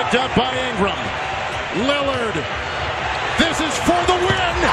Picked up by Ingram. Lillard. This is for the win.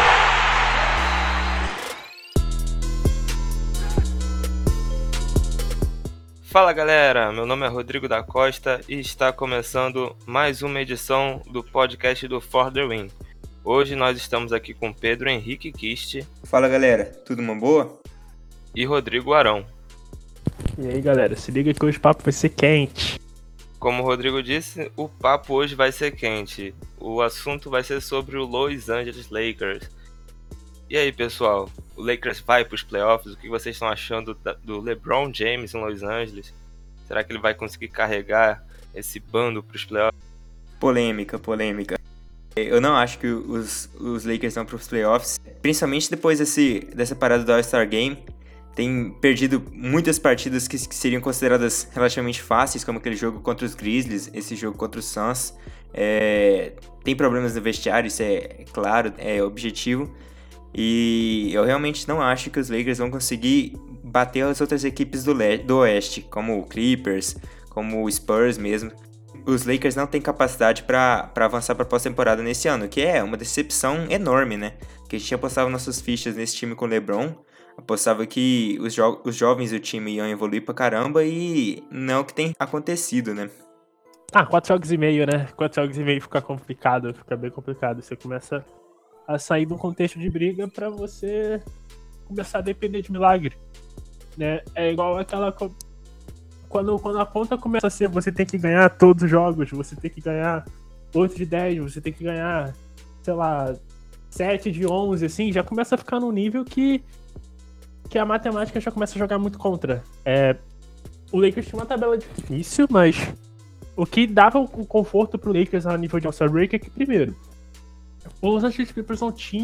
Fala galera, meu nome é Rodrigo da Costa e está começando mais uma edição do podcast do For The Win. Hoje nós estamos aqui com Pedro Henrique Kist. Fala galera, tudo uma boa? E Rodrigo Arão. E aí galera, se liga que hoje o papo vai ser quente. Como o Rodrigo disse, o papo hoje vai ser quente. O assunto vai ser sobre o Los Angeles Lakers. E aí pessoal, o Lakers vai para os playoffs? O que vocês estão achando do LeBron James em Los Angeles? Será que ele vai conseguir carregar esse bando para os playoffs? Polêmica. Eu não acho que os Lakers vão para os playoffs, principalmente depois dessa parada do All-Star Game. Tem perdido muitas partidas que seriam consideradas relativamente fáceis, como aquele jogo contra os Grizzlies, esse jogo contra os Suns. Tem problemas no vestiário, isso é claro, é objetivo. E eu realmente não acho que os Lakers vão conseguir bater as outras equipes do Oeste, como o Clippers, como o Spurs mesmo. Os Lakers não têm capacidade para avançar para a pós-temporada nesse ano, que é uma decepção enorme, né? Porque a gente apostava nossas fichas nesse time com o LeBron, apostava que os jovens do time iam evoluir pra caramba e não é o que tem acontecido, né? 4 jogos e meio, né? 4 jogos e meio fica complicado, fica bem complicado. Você começa a sair de um contexto de briga pra você começar a depender de milagre, né? É igual aquela... Quando a conta começa a ser você tem que ganhar todos os jogos, você tem que ganhar 8 de 10, você tem que ganhar, sei lá, 7 de 11, assim, já começa a ficar num nível que a matemática já começa a jogar muito contra. O Lakers tinha uma tabela difícil, mas o que dava o conforto pro Lakers a nível de All-Star Break é que, primeiro, o Los Angeles Clippers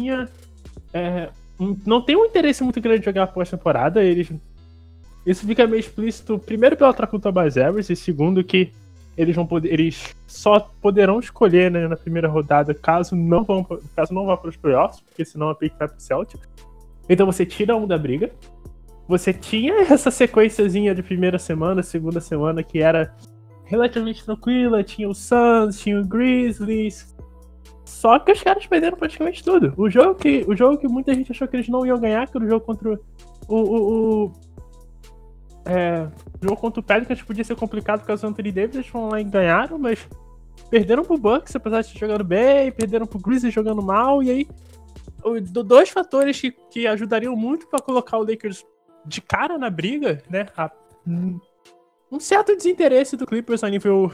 não tem um interesse muito grande de jogar pós-temporada. Isso fica meio explícito, primeiro, pela troca do Tobias Harris, e segundo, que eles só poderão escolher, né, na primeira rodada caso não vá para os playoffs, porque senão a pick vai pro Celtics. Então você tira um da briga. Você tinha essa sequenciazinha de primeira semana, segunda semana, que era relativamente tranquila. Tinha o Suns, tinha o Grizzlies. Só que os caras perderam praticamente tudo. O jogo que muita gente achou que eles não iam ganhar, que era o jogo contra o jogo contra o Pelicans, podia ser complicado por causa do Anthony Davis. Eles foram lá e ganharam, mas perderam pro Bucks, apesar de estar jogando bem. Perderam pro Grizzlies jogando mal. E aí, dois fatores que ajudariam muito para colocar o Lakers de cara na briga, né? Um certo desinteresse do Clippers a nível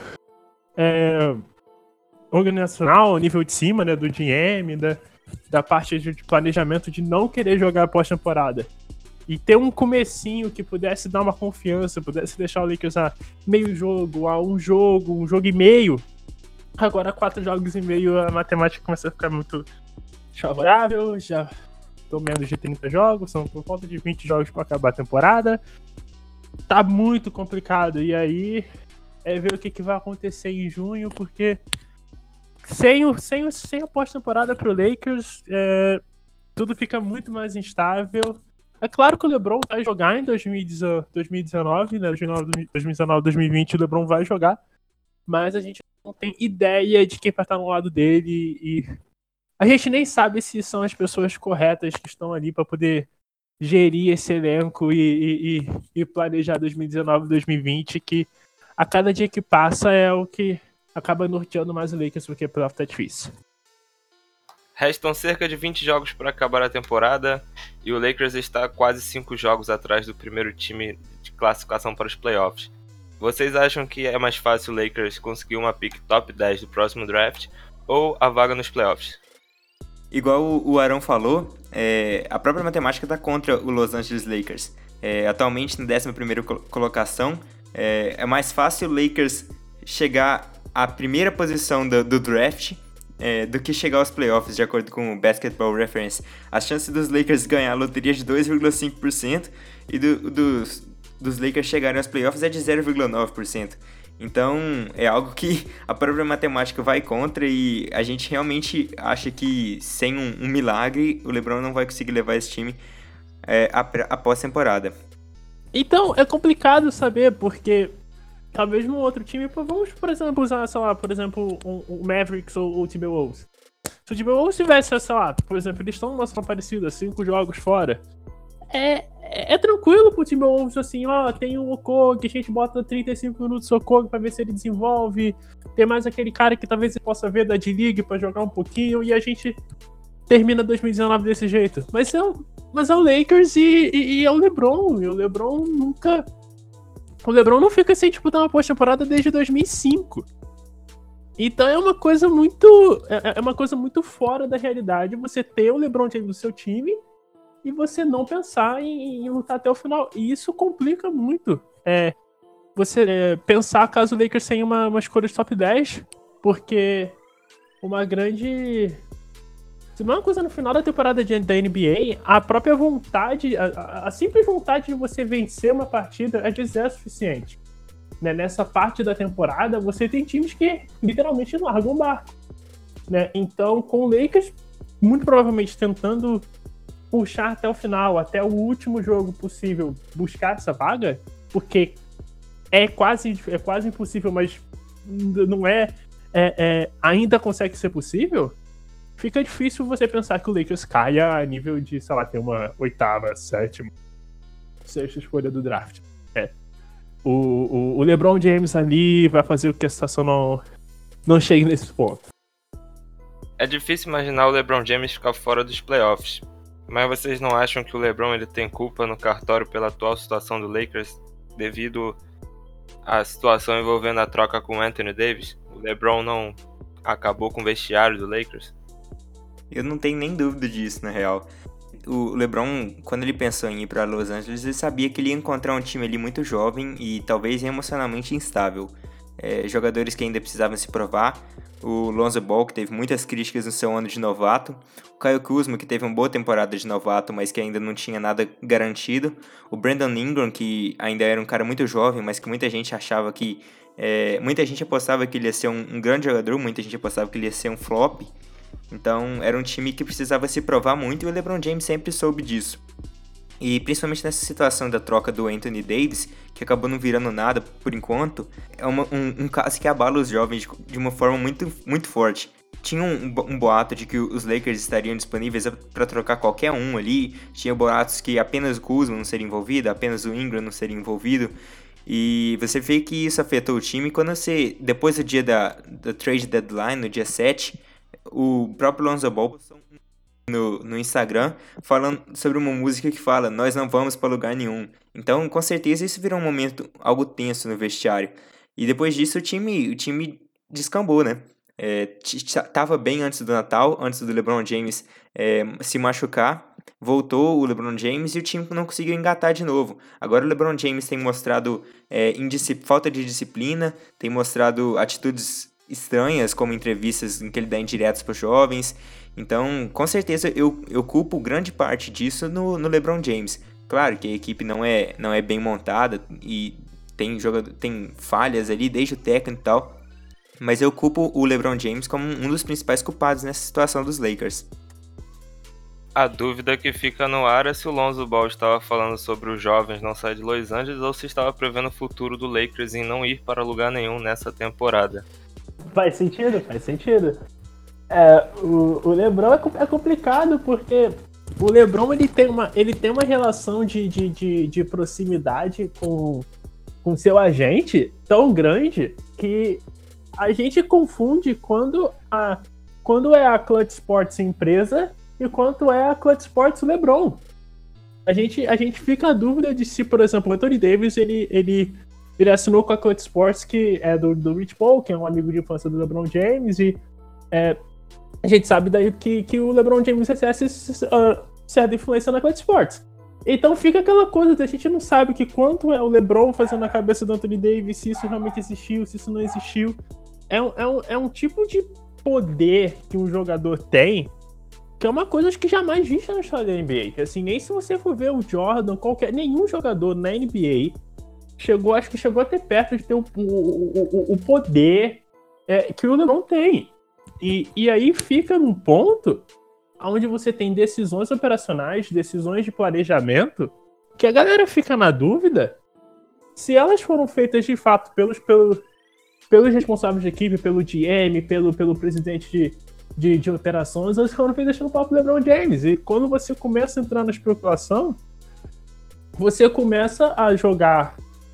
organizacional, a nível de cima, né? Do GM, da parte de planejamento de não querer jogar pós-temporada. E ter um comecinho que pudesse dar uma confiança, pudesse deixar o Lakers a meio jogo, a um jogo e meio. Agora 4 jogos e meio, a matemática começa a ficar muito favorável. Já tô menos de 30 jogos, são por volta de 20 jogos para acabar a temporada. Tá muito complicado. E aí ver o que vai acontecer em junho, porque sem a pós-temporada pro Lakers, tudo fica muito mais instável. É claro que o LeBron vai jogar em 2019, né? 2019, 2020 o LeBron vai jogar, mas a gente não tem ideia de quem vai estar no lado dele e a gente nem sabe se são as pessoas corretas que estão ali para poder gerir esse elenco e planejar 2019, 2020, que a cada dia que passa é o que acaba norteando mais o Lakers, porque o playoff tá difícil. Restam cerca de 20 jogos para acabar a temporada e o Lakers está quase 5 jogos atrás do primeiro time de classificação para os playoffs. Vocês acham que é mais fácil o Lakers conseguir uma pick top 10 do próximo draft ou a vaga nos playoffs? Igual o Arão falou, a própria matemática está contra o Los Angeles Lakers. Atualmente na 11ª colocação, é mais fácil o Lakers chegar à primeira posição do draft do que chegar aos playoffs, de acordo com o Basketball Reference. A chance dos Lakers ganhar a loteria é de 2,5% e dos Lakers chegarem aos playoffs é de 0,9%. Então, é algo que a própria matemática vai contra e a gente realmente acha que sem um milagre, o LeBron não vai conseguir levar esse time após temporada. Então, é complicado saber, porque talvez num outro time, pô, vamos, por exemplo, usar, sei lá, por exemplo, o Mavericks ou o Timberwolves. Se o Timberwolves tivesse, sei lá, por exemplo, eles estão numa situação parecida, 5 jogos fora, é tranquilo pro Timberwolves, assim, ó, tem o Okog, a gente bota 35 minutos do Okog pra ver se ele desenvolve, tem mais aquele cara que talvez você possa ver da D-League pra jogar um pouquinho, e a gente termina 2019 desse jeito. Mas é o Lakers e é o LeBron, e o LeBron nunca... O LeBron não fica sem disputar uma pós-temporada desde 2005. Então é uma coisa muito... É uma coisa muito fora da realidade você ter o LeBron James no seu time e você não pensar em lutar até o final. E isso complica muito você pensar caso o Lakers tenha uma escolha de top 10, porque uma grande... Se não é uma coisa no final da temporada da NBA, a própria vontade, a simples vontade de você vencer uma partida, às vezes é suficiente. Né? Nessa parte da temporada, você tem times que literalmente largam o barco. Né? Então, com o Lakers, muito provavelmente tentando puxar até o final, até o último jogo possível, buscar essa vaga, porque é quase impossível, mas não ainda consegue ser possível. Fica difícil você pensar que o Lakers caia a nível de, sei lá, ter uma 8ª, 7ª, 6ª escolha do draft. O LeBron James ali vai fazer com que a situação não chegue nesse ponto. É difícil imaginar o LeBron James ficar fora dos playoffs, mas vocês não acham que o LeBron ele tem culpa no cartório pela atual situação do Lakers devido à situação envolvendo a troca com o Anthony Davis? O LeBron não acabou com o vestiário do Lakers? Eu não tenho nem dúvida disso, na real. O LeBron, quando ele pensou em ir para Los Angeles, ele sabia que ele ia encontrar um time ali muito jovem e talvez emocionalmente instável. Jogadores que ainda precisavam se provar. O Lonzo Ball, que teve muitas críticas no seu ano de novato. O Kyle Kuzma, que teve uma boa temporada de novato, mas que ainda não tinha nada garantido. O Brandon Ingram, que ainda era um cara muito jovem, mas que muita gente achava que... muita gente apostava que ele ia ser um grande jogador, muita gente apostava que ele ia ser um flop. Então, era um time que precisava se provar muito e o LeBron James sempre soube disso. E principalmente nessa situação da troca do Anthony Davis, que acabou não virando nada por enquanto, é um caso que abala os jovens de uma forma muito, muito forte. Tinha um boato de que os Lakers estariam disponíveis para trocar qualquer um ali. Tinha boatos que apenas o Kuzma não seria envolvido, apenas o Ingram não seria envolvido. E você vê que isso afetou o time quando depois do dia da trade deadline, no dia 7... O próprio Lonzo Ball no Instagram falando sobre uma música que fala "Nós não vamos para lugar nenhum". Então, com certeza, isso virou um momento algo tenso no vestiário. E depois disso, o time descambou, né? Tava bem antes do Natal, antes do LeBron James se machucar. Voltou o LeBron James e o time não conseguiu engatar de novo. Agora o LeBron James tem mostrado falta de disciplina, tem mostrado atitudes estranhas, como entrevistas em que ele dá indiretas para os jovens. Então, com certeza, eu culpo grande parte disso no LeBron James. Claro que a equipe não é bem montada e tem falhas ali, desde o técnico e tal. Mas eu culpo o LeBron James como um dos principais culpados nessa situação dos Lakers. A dúvida que fica no ar é se o Lonzo Ball estava falando sobre os jovens não sair de Los Angeles ou se estava prevendo o futuro do Lakers em não ir para lugar nenhum nessa temporada. Faz sentido. O LeBron é complicado porque o LeBron ele tem uma relação de proximidade com seu agente tão grande que a gente confunde quando é a Clutch Sports empresa e quando é a Clutch Sports LeBron. A gente fica a dúvida de se, por exemplo, o Anthony Davis ele assinou com a Clutch Sports, que é do Rich Paul, que é um amigo de infância do LeBron James, e a gente sabe daí que o LeBron James exerce certa influência na Clutch Sports. Então fica aquela coisa, a gente não sabe que quanto é o LeBron fazendo na cabeça do Anthony Davis, se isso realmente existiu, se isso não existiu. É um tipo de poder que um jogador tem, que é uma coisa que jamais vista na história da NBA. Que, assim, nem se você for ver o Jordan, nenhum jogador na NBA chegou até perto de ter o poder que o LeBron tem. E aí fica num ponto onde você tem decisões operacionais, decisões de planejamento, que a galera fica na dúvida se elas foram feitas de fato pelos responsáveis de equipe, pelo GM, pelo presidente de operações, elas foram feitas pelo próprio LeBron James. E quando você começa a entrar na especulação, você começa a jogar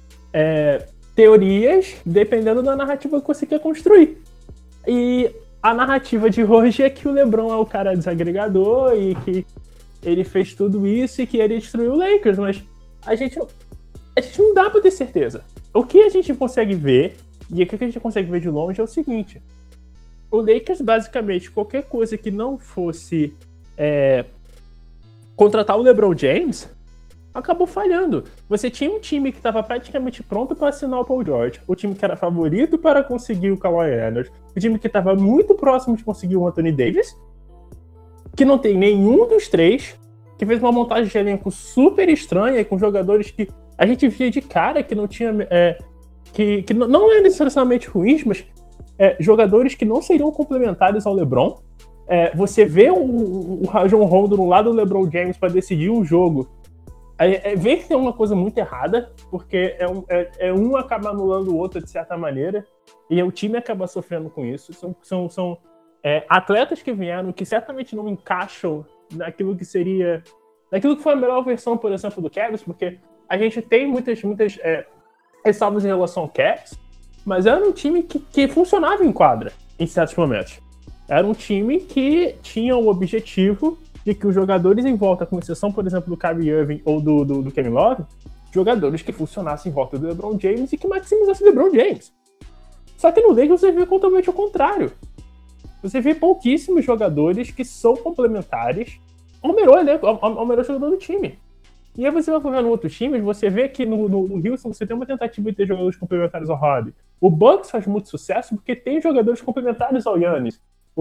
teorias dependendo da narrativa que você quer construir. E a narrativa de hoje é que o LeBron é o cara desagregador e que ele fez tudo isso e que ele destruiu o Lakers, mas a gente não dá pra ter certeza. O que a gente consegue ver, e o que a gente consegue ver de longe é o seguinte: o Lakers, basicamente, qualquer coisa que não fosse contratar o LeBron James, acabou falhando. Você tinha um time que estava praticamente pronto para assinar o Paul George, o time que era favorito para conseguir o Kawhi Leonard, o time que estava muito próximo de conseguir o Anthony Davis, que não tem nenhum dos três, que fez uma montagem de elenco super estranha, com jogadores que a gente via de cara que não tinha... que não é necessariamente ruins, mas jogadores que não seriam complementares ao LeBron. Você vê o Rajon Rondo no lado do LeBron James para decidir um jogo, vê que tem uma coisa muito errada, porque um acaba anulando o outro de certa maneira, e o time acaba sofrendo com isso. São atletas que vieram que certamente não encaixam naquilo que foi a melhor versão, por exemplo, do Cavs, porque a gente tem muitas ressalvas em relação ao Cavs, mas era um time que funcionava em quadra em certos momentos. Era um time que tinha o objetivo de que os jogadores em volta, com exceção, por exemplo, do Kyrie Irving ou do Kevin Love, jogadores que funcionassem em volta do LeBron James e que maximizassem o LeBron James. Só que no Lakers você vê totalmente o contrário. Você vê pouquíssimos jogadores que são complementares ao melhor jogador do time. E aí você vai ver no outro time, você vê que no Houston você tem uma tentativa de ter jogadores complementares ao Rob. O Bucks faz muito sucesso porque tem jogadores complementares ao Giannis.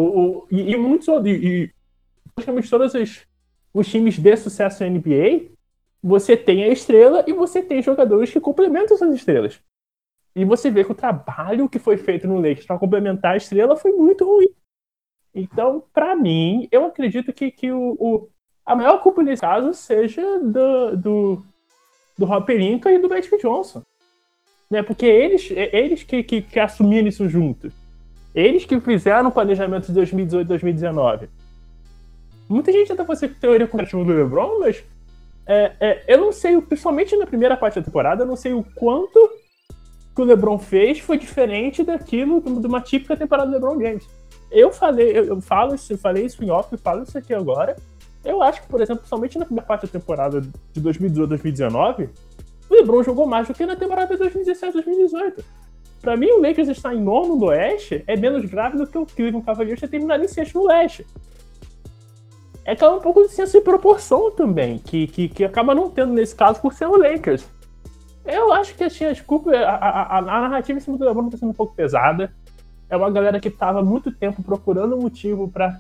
E praticamente todos os times de sucesso na NBA, você tem a estrela e você tem jogadores que complementam essas estrelas. E você vê que o trabalho que foi feito no Lakers para complementar a estrela foi muito ruim. Então, para mim, eu acredito que a maior culpa nesse caso seja do Rob Pelinka e do Magic Johnson. Né? Porque eles que assumiram isso juntos. Eles que fizeram o planejamento de 2018 e 2019. Muita gente tenta fazer teoria comparativa do LeBron, mas eu não sei, principalmente na primeira parte da temporada, eu não sei o quanto que o LeBron fez foi diferente daquilo de uma típica temporada do LeBron James. Eu falei isso em off, eu falo isso aqui agora. Eu acho que, por exemplo, somente na primeira parte da temporada de 2018 2019, o LeBron jogou mais do que na temporada de 2017 2018. Pra mim, o Lakers estar em nono no Oeste é menos grave do que o Cleveland Cavaliers ter terminado em sexto no Leste. É que é um pouco de senso de proporção também, que acaba não tendo nesse caso por ser o Lakers. Eu acho que assim, a narrativa em cima do LeBron está sendo um pouco pesada. É uma galera que estava há muito tempo procurando um motivo para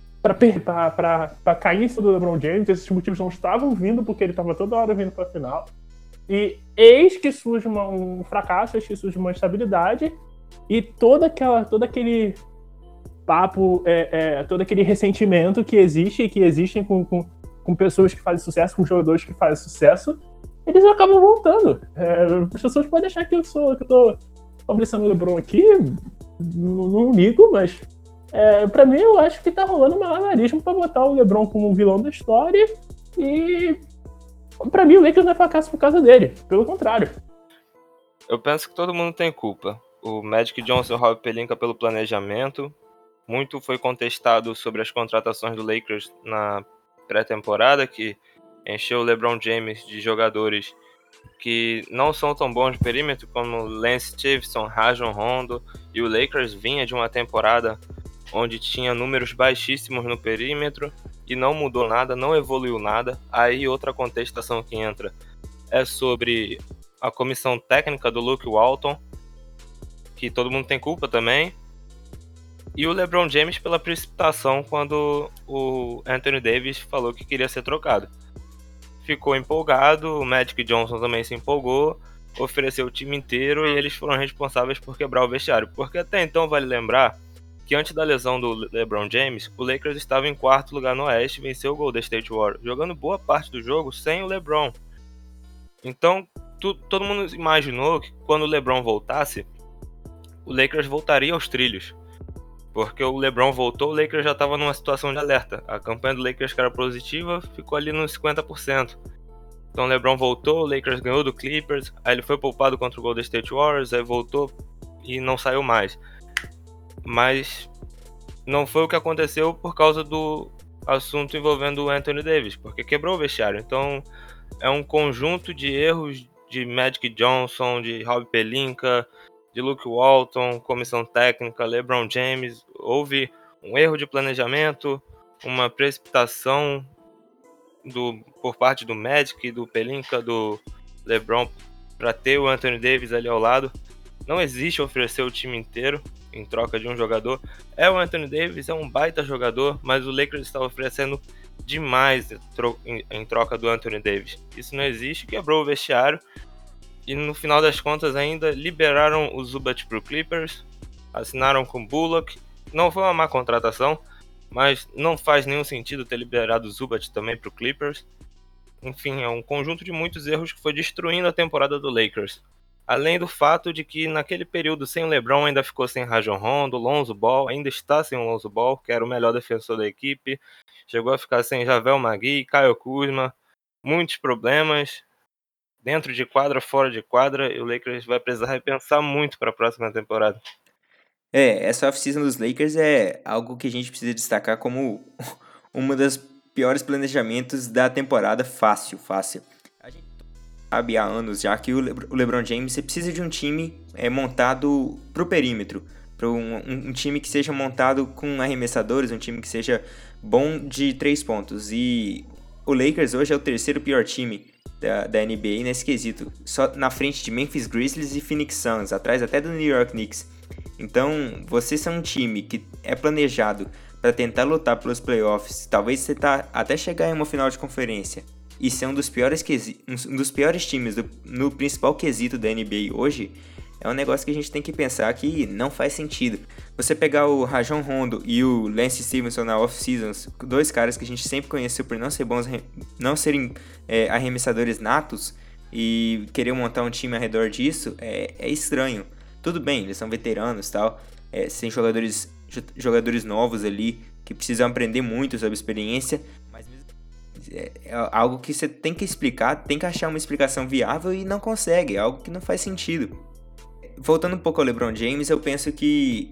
cair em cima do LeBron James. Esses motivos não estavam vindo porque ele estava toda hora vindo para a final. E eis que surge um fracasso, eis que surge uma instabilidade e todo aquele papo, todo aquele ressentimento que existe e que existem com pessoas que fazem sucesso, com jogadores que fazem sucesso, eles acabam voltando. As pessoas podem achar que eu tô favorecendo o LeBron aqui, não ligo, mas pra mim eu acho que tá rolando um malabarismo pra botar o LeBron como um vilão da história e pra mim o Lakers não é fracasso por causa dele, pelo contrário. Eu penso que todo mundo tem culpa. O Magic Johnson e o Rob Pelinka pelo planejamento. Muito foi contestado sobre as contratações do Lakers na pré-temporada, que encheu o LeBron James de jogadores que não são tão bons de perímetro, como Lance Stevenson, Rajon Rondo, e o Lakers vinha de uma temporada onde tinha números baixíssimos no perímetro e não mudou nada, não evoluiu nada. Aí outra contestação que entra é sobre a comissão técnica do Luke Walton, que todo mundo tem culpa também, e o LeBron James pela precipitação quando o Anthony Davis falou que queria ser trocado. Ficou empolgado, o Magic Johnson também se empolgou, ofereceu o time inteiro e eles foram responsáveis por quebrar o vestiário. Porque até então vale lembrar que antes da lesão do LeBron James, o Lakers estava em quarto lugar no Oeste e venceu o Golden State Warriors, jogando boa parte do jogo sem o LeBron. Então, todo mundo imaginou que quando o LeBron voltasse, o Lakers voltaria aos trilhos. Porque o LeBron voltou, o Lakers já estava numa situação de alerta. A campanha do Lakers, que era positiva, ficou ali nos 50%. Então o LeBron voltou, o Lakers ganhou do Clippers, aí ele foi poupado contra o Golden State Warriors, aí voltou e não saiu mais. Mas não foi o que aconteceu por causa do assunto envolvendo o Anthony Davis, porque quebrou o vestiário. Então é um conjunto de erros de Magic Johnson, de Rob Pelinka, de Luke Walton, comissão técnica, LeBron James. Houve um erro de planejamento, uma precipitação por parte do Magic, do Pelinka, do LeBron para ter o Anthony Davis ali ao lado. Não existe oferecer o time inteiro em troca de um jogador. O Anthony Davis é um baita jogador, mas o Lakers está oferecendo demais em troca do Anthony Davis. Isso não existe, quebrou o vestiário. E no final das contas ainda liberaram o Zubac para o Clippers, assinaram com o Bullock. Não foi uma má contratação, mas não faz nenhum sentido ter liberado o Zubac também para o Clippers. Enfim, é um conjunto de muitos erros que foi destruindo a temporada do Lakers. Além do fato de que naquele período sem o LeBron ainda ficou sem Rajon Rondo, Lonzo Ball, ainda está sem o Lonzo Ball, que era o melhor defensor da equipe. Chegou a ficar sem Javel McGee, Kyle Kuzma, muitos problemas dentro de quadra, fora de quadra, e o Lakers vai precisar repensar muito para a próxima temporada. Essa off-season dos Lakers é algo que a gente precisa destacar como uma das piores planejamentos da temporada, fácil. A gente sabe há anos já que o LeBron James precisa de um time montado pro perímetro, para um time que seja montado com arremessadores, um time que seja bom de 3 pontos. E o Lakers hoje é o terceiro pior time da NBA nesse quesito, só na frente de Memphis Grizzlies e Phoenix Suns, atrás até do New York Knicks. Então, você ser um time que é planejado para tentar lutar pelos playoffs, talvez você até chegar em uma final de conferência, e ser um dos piores times no principal quesito da NBA hoje, é um negócio que a gente tem que pensar que não faz sentido. Você pegar o Rajon Rondo e o Lance Stevenson na off-season, dois caras que a gente sempre conheceu por não serem arremessadores natos, e querer montar um time ao redor disso, é estranho. Tudo bem, eles são veteranos e tal, sem jogadores novos ali, que precisam aprender muito sobre experiência, mas é algo que você tem que explicar, tem que achar uma explicação viável e não consegue, é algo que não faz sentido. Voltando um pouco ao LeBron James, eu penso que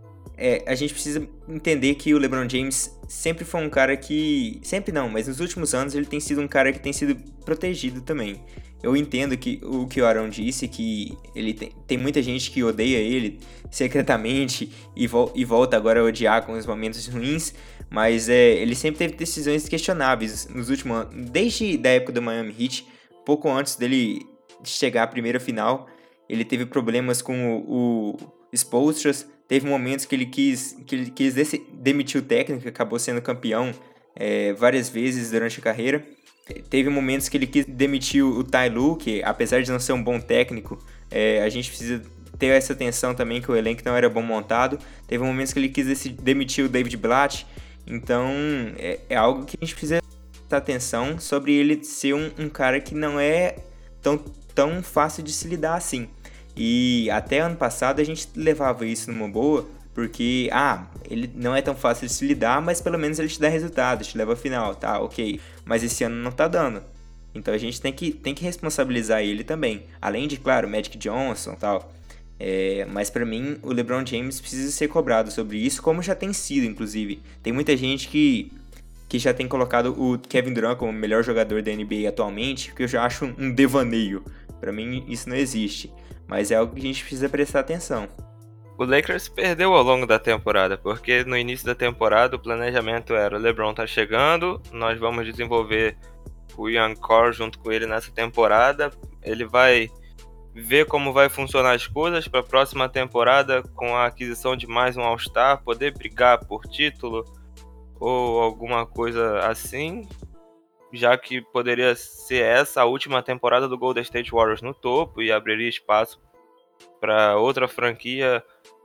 a gente precisa entender que o LeBron James sempre foi um cara que... Sempre não, mas nos últimos anos ele tem sido um cara que tem sido protegido também. Eu entendo que o que o Aaron disse, que ele tem muita gente que odeia ele secretamente e volta agora a odiar com os momentos ruins, mas ele sempre teve decisões questionáveis nos últimos anos, desde a época do Miami Heat, pouco antes dele chegar à primeira final. Ele teve problemas com o Spoelstra, teve momentos que ele quis demitir o técnico, acabou sendo campeão várias vezes durante a carreira. Teve momentos que ele quis demitir o Ty Lue, que apesar de não ser um bom técnico, a gente precisa ter essa atenção também que o elenco não era bom montado. Teve momentos que ele quis demitir o David Blatt. Então é algo que a gente precisa prestar atenção sobre ele ser um cara que não é tão fácil de se lidar assim. E até ano passado a gente levava isso numa boa, porque ele não é tão fácil de se lidar, mas pelo menos ele te dá resultado, te leva à final, tá, ok. Mas esse ano não tá dando. Então a gente tem que responsabilizar ele também. Além de, claro, Magic Johnson e tal. Mas pra mim, o LeBron James precisa ser cobrado sobre isso, como já tem sido, inclusive. Tem muita gente que já tem colocado o Kevin Durant como o melhor jogador da NBA atualmente, que eu já acho um devaneio. Pra mim, isso não existe. Mas é algo que a gente precisa prestar atenção. O Lakers perdeu ao longo da temporada, porque no início da temporada o planejamento era: o LeBron tá chegando, nós vamos desenvolver o Young Core junto com ele nessa temporada, ele vai ver como vai funcionar as coisas para a próxima temporada, com a aquisição de mais um All-Star, poder brigar por título ou alguma coisa assim, já que poderia ser essa a última temporada do Golden State Warriors no topo e abriria espaço para outra franquia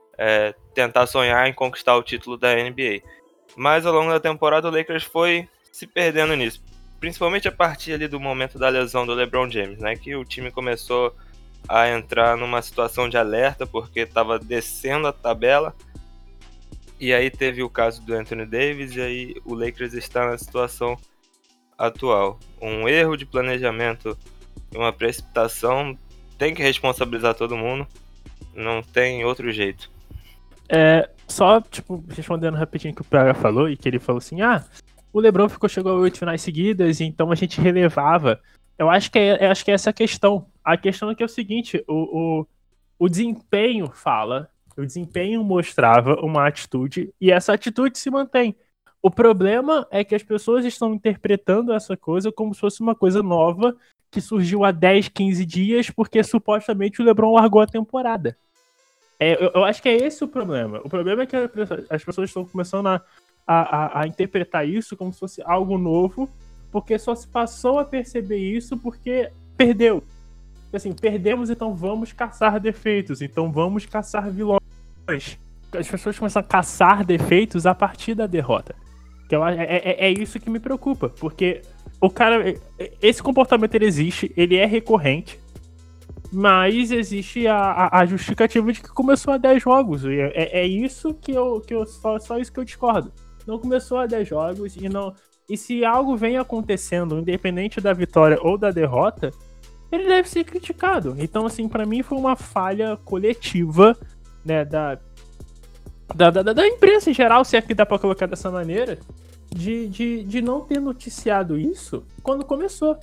tentar sonhar em conquistar o título da NBA. Mas ao longo da temporada o Lakers foi se perdendo nisso, principalmente a partir ali do momento da lesão do LeBron James, né? Que o time começou a entrar numa situação de alerta porque estava descendo a tabela. E aí teve o caso do Anthony Davis e aí o Lakers está na situação atual. Um erro de planejamento e uma precipitação tem que responsabilizar todo mundo. Não tem outro jeito. Só, tipo, respondendo rapidinho o que o Praga falou, e que ele falou assim, o LeBron chegou a 8 finais seguidas, então a gente relevava. Eu acho que é essa a questão. A questão é que é o seguinte, o desempenho fala, o desempenho mostrava uma atitude, e essa atitude se mantém. O problema é que as pessoas estão interpretando essa coisa como se fosse uma coisa nova, que surgiu há 10, 15 dias, porque supostamente o LeBron largou a temporada. Eu acho que é esse o problema. O problema é que as pessoas estão começando a interpretar isso como se fosse algo novo, porque só se passou a perceber isso porque perdeu. Assim, perdemos, então vamos caçar defeitos, então vamos caçar vilões. As pessoas começam a caçar defeitos a partir da derrota. É isso que me preocupa, porque o cara, esse comportamento ele existe, ele é recorrente, mas existe a justificativa de que começou a 10 jogos. E é isso que eu só isso que eu discordo. Não começou a 10 jogos e se algo vem acontecendo, independente da vitória ou da derrota, ele deve ser criticado. Então, assim, pra mim foi uma falha coletiva, né, da imprensa em geral, se é que dá pra colocar dessa maneira, de não ter noticiado isso quando começou.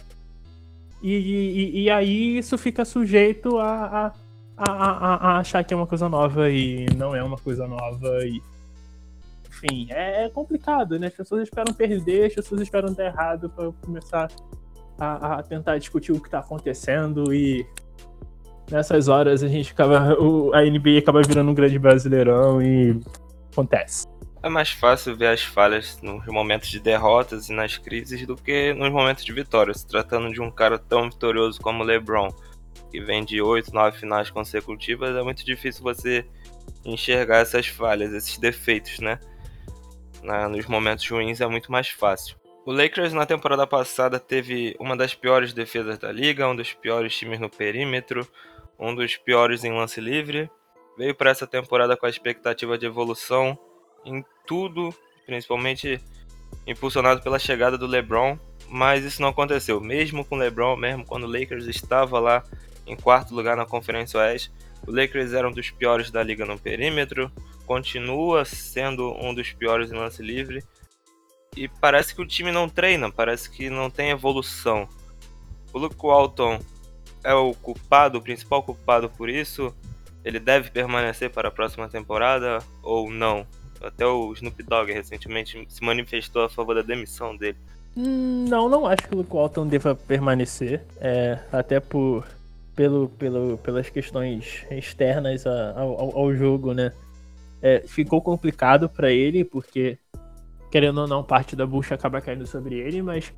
E aí isso fica sujeito a achar que é uma coisa nova e não é uma coisa nova. Enfim, é complicado, né? As pessoas esperam perder, as pessoas esperam dar errado pra começar a tentar discutir o que tá acontecendo, e nessas horas a NBA acaba virando um grande brasileirão e acontece. É mais fácil ver as falhas nos momentos de derrotas e nas crises do que nos momentos de vitória. Se tratando de um cara tão vitorioso como o LeBron, que vem de 8, 9 finais consecutivas, é muito difícil você enxergar essas falhas, esses defeitos, né? Nos momentos ruins é muito mais fácil. O Lakers na temporada passada teve uma das piores defesas da liga, um dos piores times no perímetro, um dos piores em lance livre. Veio para essa temporada com a expectativa de evolução em tudo, principalmente impulsionado pela chegada do LeBron, mas isso não aconteceu. Mesmo com o LeBron, mesmo quando o Lakers estava lá em quarto lugar na Conferência Oeste, o Lakers era um dos piores da liga no perímetro, continua sendo um dos piores em lance livre, e parece que o time não treina, parece que não tem evolução. O Luke Walton é o principal culpado por isso? Ele deve permanecer para a próxima temporada ou não? Até o Snoop Dogg recentemente se manifestou a favor da demissão dele. Não acho que o Luke Walton deva permanecer, até pelas questões externas ao jogo, né? Ficou complicado para ele, porque querendo ou não, parte da bucha acaba caindo sobre ele, mas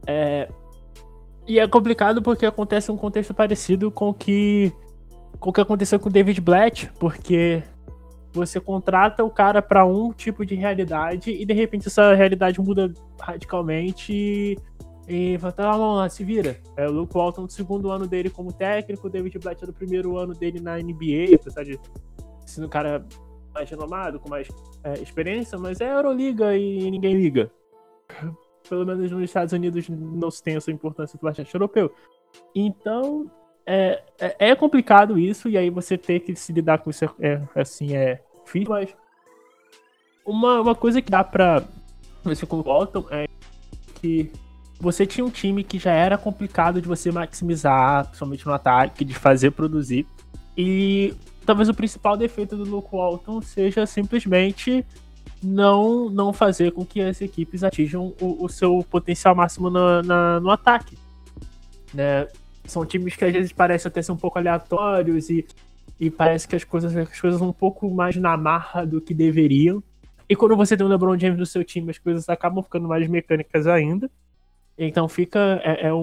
e é complicado porque acontece um contexto parecido com o que aconteceu com o David Blatt, porque você contrata o cara para um tipo de realidade e de repente essa realidade muda radicalmente e fala, vamos lá, se vira. O Luke Walton no segundo ano dele como técnico, o David Blatt no primeiro ano dele na NBA, apesar de ser um cara mais renomado, com mais experiência, mas é Euroliga e ninguém liga. Pelo menos nos Estados Unidos não se tem essa importância do basquete europeu. Então, é complicado isso, e aí você ter que se lidar com isso é difícil, mas uma coisa que dá pra você com o Walton é que você tinha um time que já era complicado de você maximizar, principalmente no ataque, de fazer produzir, e talvez o principal defeito do Luke Walton seja simplesmente não fazer com que as equipes atinjam o seu potencial máximo no ataque, né? São times que às vezes parecem até ser um pouco aleatórios e parece que as coisas são um pouco mais na marra do que deveriam. E quando você tem o LeBron James no seu time, as coisas acabam ficando mais mecânicas ainda. Então fica...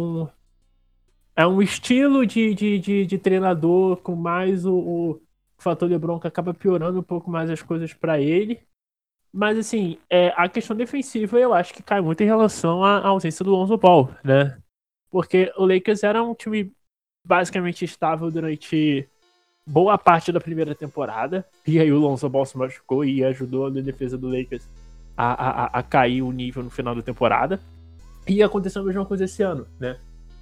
É um estilo de treinador com mais o fator LeBron, que acaba piorando um pouco mais as coisas para ele. Mas, assim, a questão defensiva eu acho que cai muito em relação à ausência do Lonzo Ball, né? Porque o Lakers era um time basicamente estável durante boa parte da primeira temporada. E aí o Lonzo Ball se machucou e ajudou a defesa do Lakers a cair o nível no final da temporada. E aconteceu a mesma coisa esse ano, né?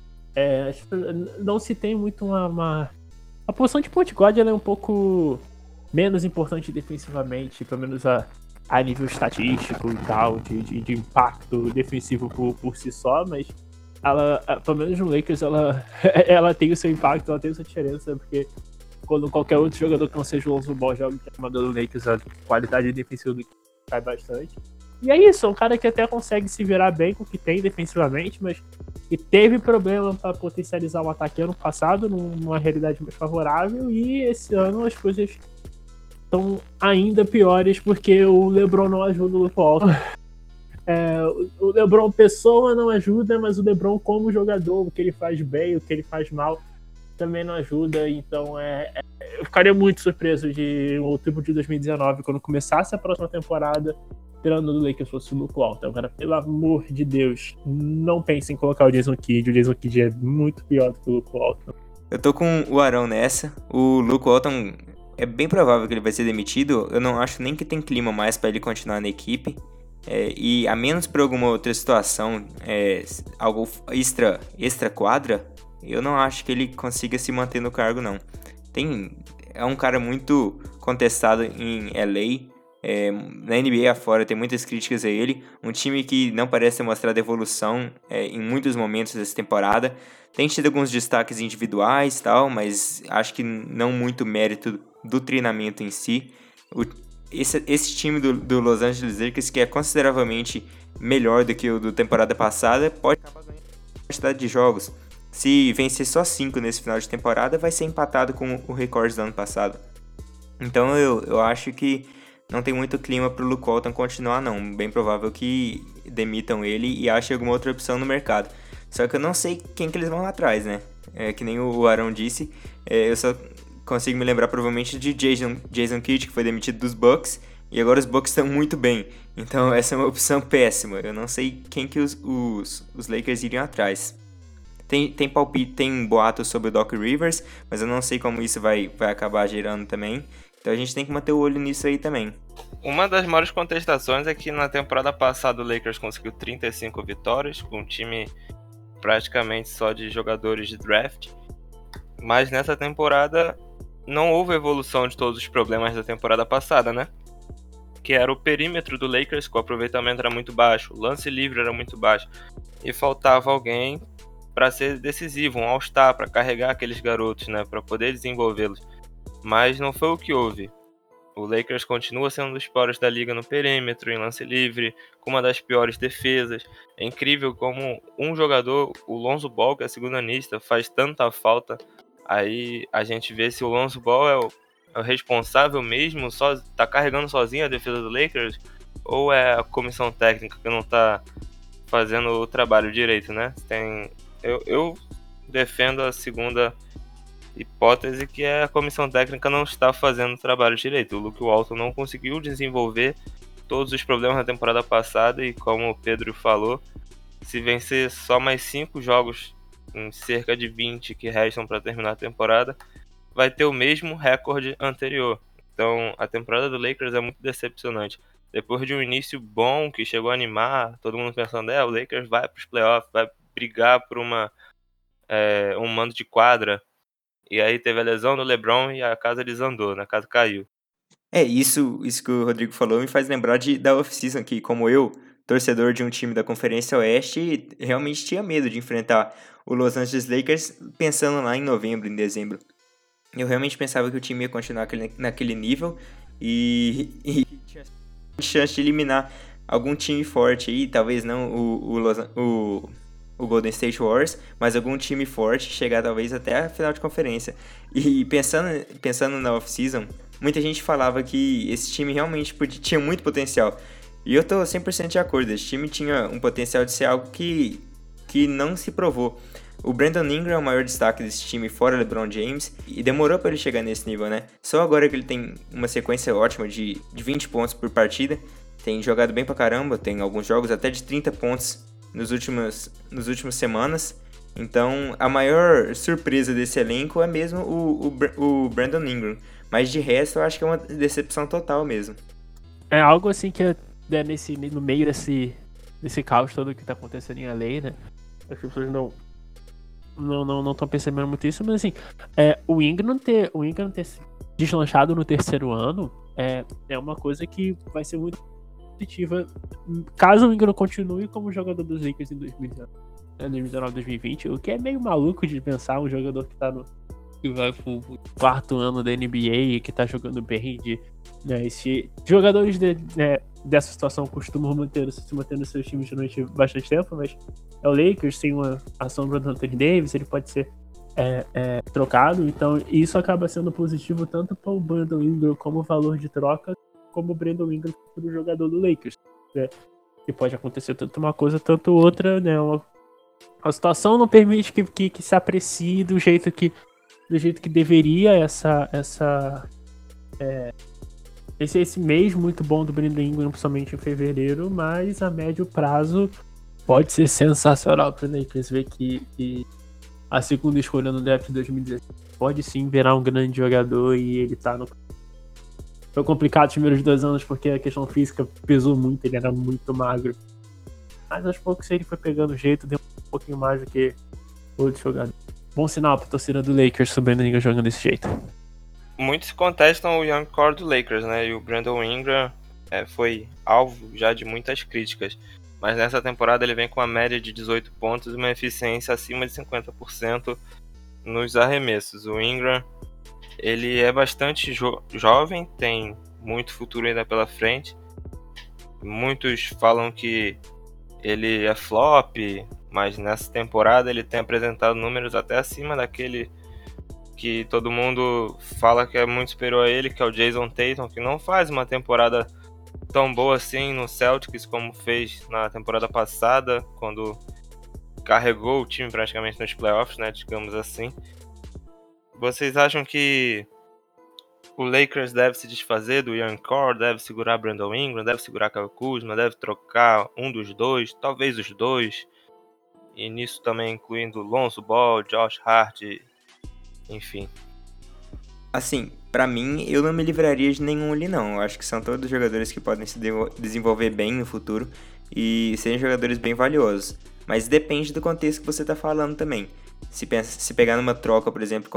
Não se tem muito A posição de point guard ela é um pouco menos importante defensivamente, pelo menos a nível estatístico e tal, de impacto defensivo por si só, mas ela, pelo menos no Lakers, ela tem o seu impacto, ela tem a sua diferença, porque quando qualquer outro jogador que não seja o Lonzo Ball joga o armador do Lakers, a qualidade defensiva do Lakers cai bastante. E é isso, é um cara que até consegue se virar bem com o que tem defensivamente, mas que teve problema para potencializar o ataque ano passado, numa realidade mais favorável, e esse ano as coisas estão ainda piores porque o LeBron não ajuda o Luke Walton. O LeBron pessoa não ajuda, mas o LeBron como jogador, o que ele faz bem, o que ele faz mal, também não ajuda. Então eu ficaria muito surpreso de outubro de 2019, quando começasse a próxima temporada, tirando do Lakers fosse o Luke Walton. Cara, pelo amor de Deus, não pense em colocar o Jason Kidd. O Jason Kidd é muito pior do que o Luke Walton. Eu tô com o Arão nessa. O Luke Walton é bem provável que ele vai ser demitido. Eu não acho nem que tem clima mais pra ele continuar na equipe. E a menos por alguma outra situação, algo extra quadra, eu não acho que ele consiga se manter no cargo, não. É um cara muito contestado em LA. Na NBA afora tem muitas críticas a ele. Um time que não parece ter mostrado evolução em muitos momentos dessa temporada. Tem tido alguns destaques individuais e tal, mas acho que não muito mérito do treinamento em si. Esse time do Los Angeles Lakers, que é consideravelmente melhor do que o da temporada passada, pode acabar ganhando a quantidade de jogos. Se vencer só 5 nesse final de temporada, vai ser empatado com o recorde do ano passado. Então eu acho que não tem muito clima pro Luke Walton continuar, não. Bem provável que demitam ele e achem alguma outra opção no mercado. Só que eu não sei quem que eles vão lá atrás, né? Que nem o Arão disse, eu só consigo me lembrar provavelmente de Jason Kidd, que foi demitido dos Bucks, e agora os Bucks estão muito bem. Então essa é uma opção péssima. Eu não sei quem que os Lakers iriam atrás. Tem palpite, tem boatos sobre o Doc Rivers, mas eu não sei como isso vai acabar gerando também. Então a gente tem que manter o olho nisso aí também. Uma das maiores contestações é que na temporada passada o Lakers conseguiu 35 vitórias, com um time praticamente só de jogadores de draft. Mas nessa temporada não houve evolução de todos os problemas da temporada passada, né? Que era o perímetro do Lakers, que o aproveitamento era muito baixo, o lance livre era muito baixo. E faltava alguém para ser decisivo, um all-star, para carregar aqueles garotos, né? Para poder desenvolvê-los. Mas não foi o que houve. O Lakers continua sendo um dos piores da liga no perímetro, em lance livre, com uma das piores defesas. É incrível como um jogador, o Lonzo Ball, que é segundanista, faz tanta falta. Aí a gente vê se o Lonzo Ball é o responsável mesmo, tá carregando sozinho a defesa do Lakers, ou é a comissão técnica que não tá fazendo o trabalho direito, né? Eu defendo a segunda hipótese, que é a comissão técnica não está fazendo o trabalho direito. O Luke Walton não conseguiu desenvolver todos os problemas da temporada passada, e como o Pedro falou, se vencer só mais 5 jogos em cerca de 20 que restam para terminar a temporada, vai ter o mesmo recorde anterior. Então a temporada do Lakers é muito decepcionante. Depois de um início bom, que chegou a animar, todo mundo pensando, o Lakers vai para os playoffs, vai brigar por um mando de quadra. E aí teve a lesão do LeBron e a casa desandou, né? A casa caiu. Isso que o Rodrigo falou me faz lembrar da off-season, que como eu, torcedor de um time da Conferência Oeste, realmente tinha medo de enfrentar o Los Angeles Lakers pensando lá em novembro, em dezembro. Eu realmente pensava que o time ia continuar naquele nível e tinha chance de eliminar algum time forte aí, talvez não o Golden State Warriors, mas algum time forte, chegar talvez até a final de conferência. E pensando na off-season, muita gente falava que esse time realmente tinha muito potencial. E eu tô 100% de acordo, esse time tinha um potencial de ser algo que não se provou. O Brandon Ingram é o maior destaque desse time fora LeBron James, e demorou para ele chegar nesse nível, né? Só agora que ele tem uma sequência ótima de 20 pontos por partida, tem jogado bem pra caramba, tem alguns jogos até de 30 pontos nos últimas semanas. Então, a maior surpresa desse elenco é mesmo o Brandon Ingram. Mas de resto, eu acho que é uma decepção total mesmo. É algo assim que no meio desse caos todo que tá acontecendo em LA, né? As pessoas não estão percebendo muito isso, mas assim, o Ingram ter deslanchado no terceiro ano é uma coisa que vai ser muito positiva caso o Ingram continue como jogador dos Lakers em 2019, 2020, o que é meio maluco de pensar um jogador que vai pro quarto ano da NBA e que tá jogando bem, jogadores dessa situação costumam se manter nos seus times durante bastante tempo, mas o Lakers tem a sombra do Anthony Davis, ele pode ser trocado, então isso acaba sendo positivo tanto para o Brandon Ingram como valor de troca, como o Brandon Ingram para o jogador do Lakers, né? E pode acontecer tanto uma coisa, tanto outra, né? A situação não permite que se aprecie do jeito que deveria esse mês muito bom do Brandon Ingram, principalmente em fevereiro, mas a médio prazo pode ser sensacional para o Lakers ver que a segunda escolha no draft de 2016 pode sim virar um grande jogador e ele tá no... Foi complicado os primeiros 2 anos porque a questão física pesou muito, ele era muito magro. Mas aos poucos ele foi pegando jeito, deu um pouquinho mais do que outros jogadores. Bom sinal pra torcida do Lakers sobre o Brandon Ingram jogando desse jeito. Muitos contestam o Young Core do Lakers, né? E o Brandon Ingram foi alvo já de muitas críticas. Mas nessa temporada ele vem com uma média de 18 pontos e uma eficiência acima de 50% nos arremessos. O Ingram, ele é bastante jovem, tem muito futuro ainda pela frente. Muitos falam que ele é flop, mas nessa temporada ele tem apresentado números até acima daquele que todo mundo fala que é muito superior a ele, que é o Jason Tatum, que não faz uma temporada tão boa assim no Celtics como fez na temporada passada, quando carregou o time praticamente nos playoffs, né, digamos assim. Vocês acham que o Lakers deve se desfazer do Young Core, deve segurar Brandon Ingram, deve segurar Kyle Kuzma, deve trocar um dos dois, talvez os dois, e nisso também incluindo Lonzo Ball, Josh Hart, enfim? Assim, pra mim, eu não me livraria de nenhum ali não. Eu acho que são todos jogadores que podem se desenvolver bem no futuro e serem jogadores bem valiosos. Mas depende do contexto que você tá falando também. Se pegar numa troca, por exemplo,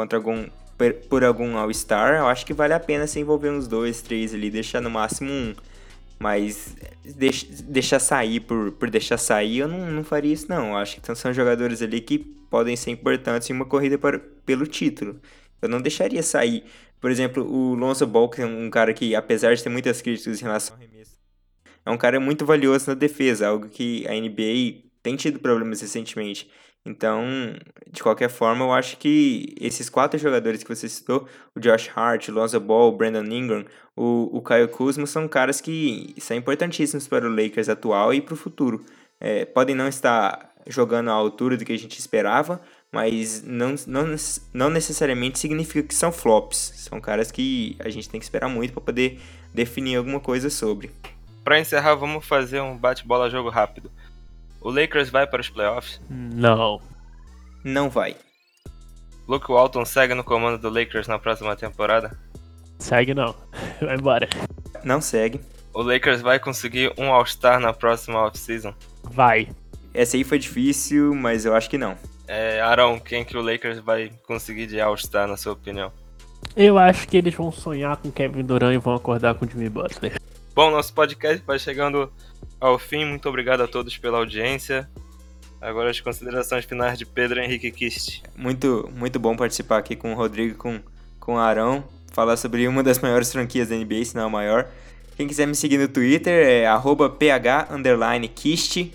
por algum All-Star, eu acho que vale a pena se envolver uns 2, 3 ali, deixar no máximo um. Mas deixar sair por deixar sair, eu não faria isso não. Eu acho que são jogadores ali que podem ser importantes em uma corrida pelo título. Eu não deixaria sair. Por exemplo, o Lonzo Ball, que é um cara que, apesar de ter muitas críticas em relação ao arremesso, é um cara muito valioso na defesa, algo que a NBA tem tido problemas recentemente. Então, de qualquer forma, eu acho que esses 4 jogadores que você citou, o Josh Hart, o Lonzo Ball, o Brandon Ingram, o Kyle Kuzma, são caras que são importantíssimos para o Lakers atual e para o futuro. Podem não estar jogando à altura do que a gente esperava, mas não necessariamente significa que são flops. São caras que a gente tem que esperar muito para poder definir alguma coisa sobre. Para encerrar, vamos fazer um bate-bola jogo rápido. O Lakers vai para os playoffs? Não. Não vai. Luke Walton segue no comando do Lakers na próxima temporada? Segue não. Vai embora. Não segue. O Lakers vai conseguir um All-Star na próxima off-season? Vai. Essa aí foi difícil, mas eu acho que não. Arão, quem que o Lakers vai conseguir de All-Star, na sua opinião? Eu acho que eles vão sonhar com Kevin Durant e vão acordar com Jimmy Butler. Bom, nosso podcast vai chegando ao fim. Muito obrigado a todos pela audiência. Agora as considerações finais de Pedro Henrique Kist. Muito, muito bom participar aqui com o Rodrigo e com o Arão. Falar sobre uma das maiores franquias da NBA, se não a maior. Quem quiser me seguir no Twitter é @ph_kist,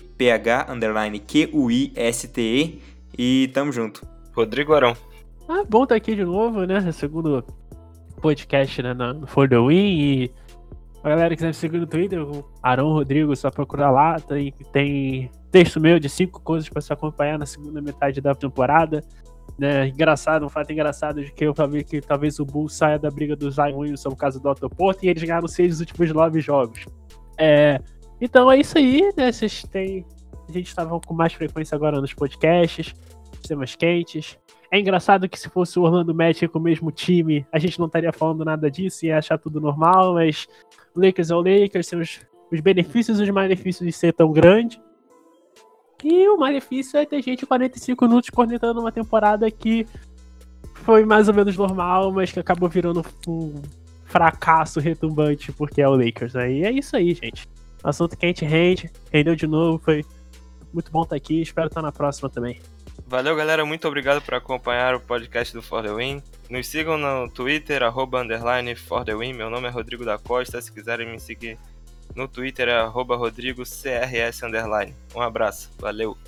ph_QUISTE. E tamo junto. Rodrigo Arão. Bom estar aqui de novo, né? Segundo podcast, né, no For The Win. E a galera que quiser me seguir no Twitter, o Arão Rodrigo, só procurar lá. Tem texto meu de 5 coisas para se acompanhar na segunda metade da temporada. Né? Engraçado, um fato engraçado de que eu falei que talvez o Bulls saia da briga do Zion Williamson por causa do Otto Porter e eles ganharam 6 dos últimos 9 jogos. Então é isso aí, né? A gente estava com mais frequência agora nos podcasts, temas quentes. É engraçado que se fosse o Orlando Magic com o mesmo time, a gente não estaria falando nada disso, ia achar tudo normal, mas o Lakers é o Lakers, tem os benefícios e os malefícios de ser tão grande. E o malefício é ter gente 45 minutos cornetando uma temporada que foi mais ou menos normal, mas que acabou virando um fracasso retumbante porque é o Lakers, né? E é isso aí, gente. Assunto quente rende, rendeu de novo, foi muito bom estar aqui, espero estar na próxima também. Valeu, galera, muito obrigado por acompanhar o podcast do For The Win. Nos sigam no Twitter, @_ForTheWin. Meu nome é Rodrigo da Costa, se quiserem me seguir no Twitter é @RodrigoCRS_. Um abraço, valeu!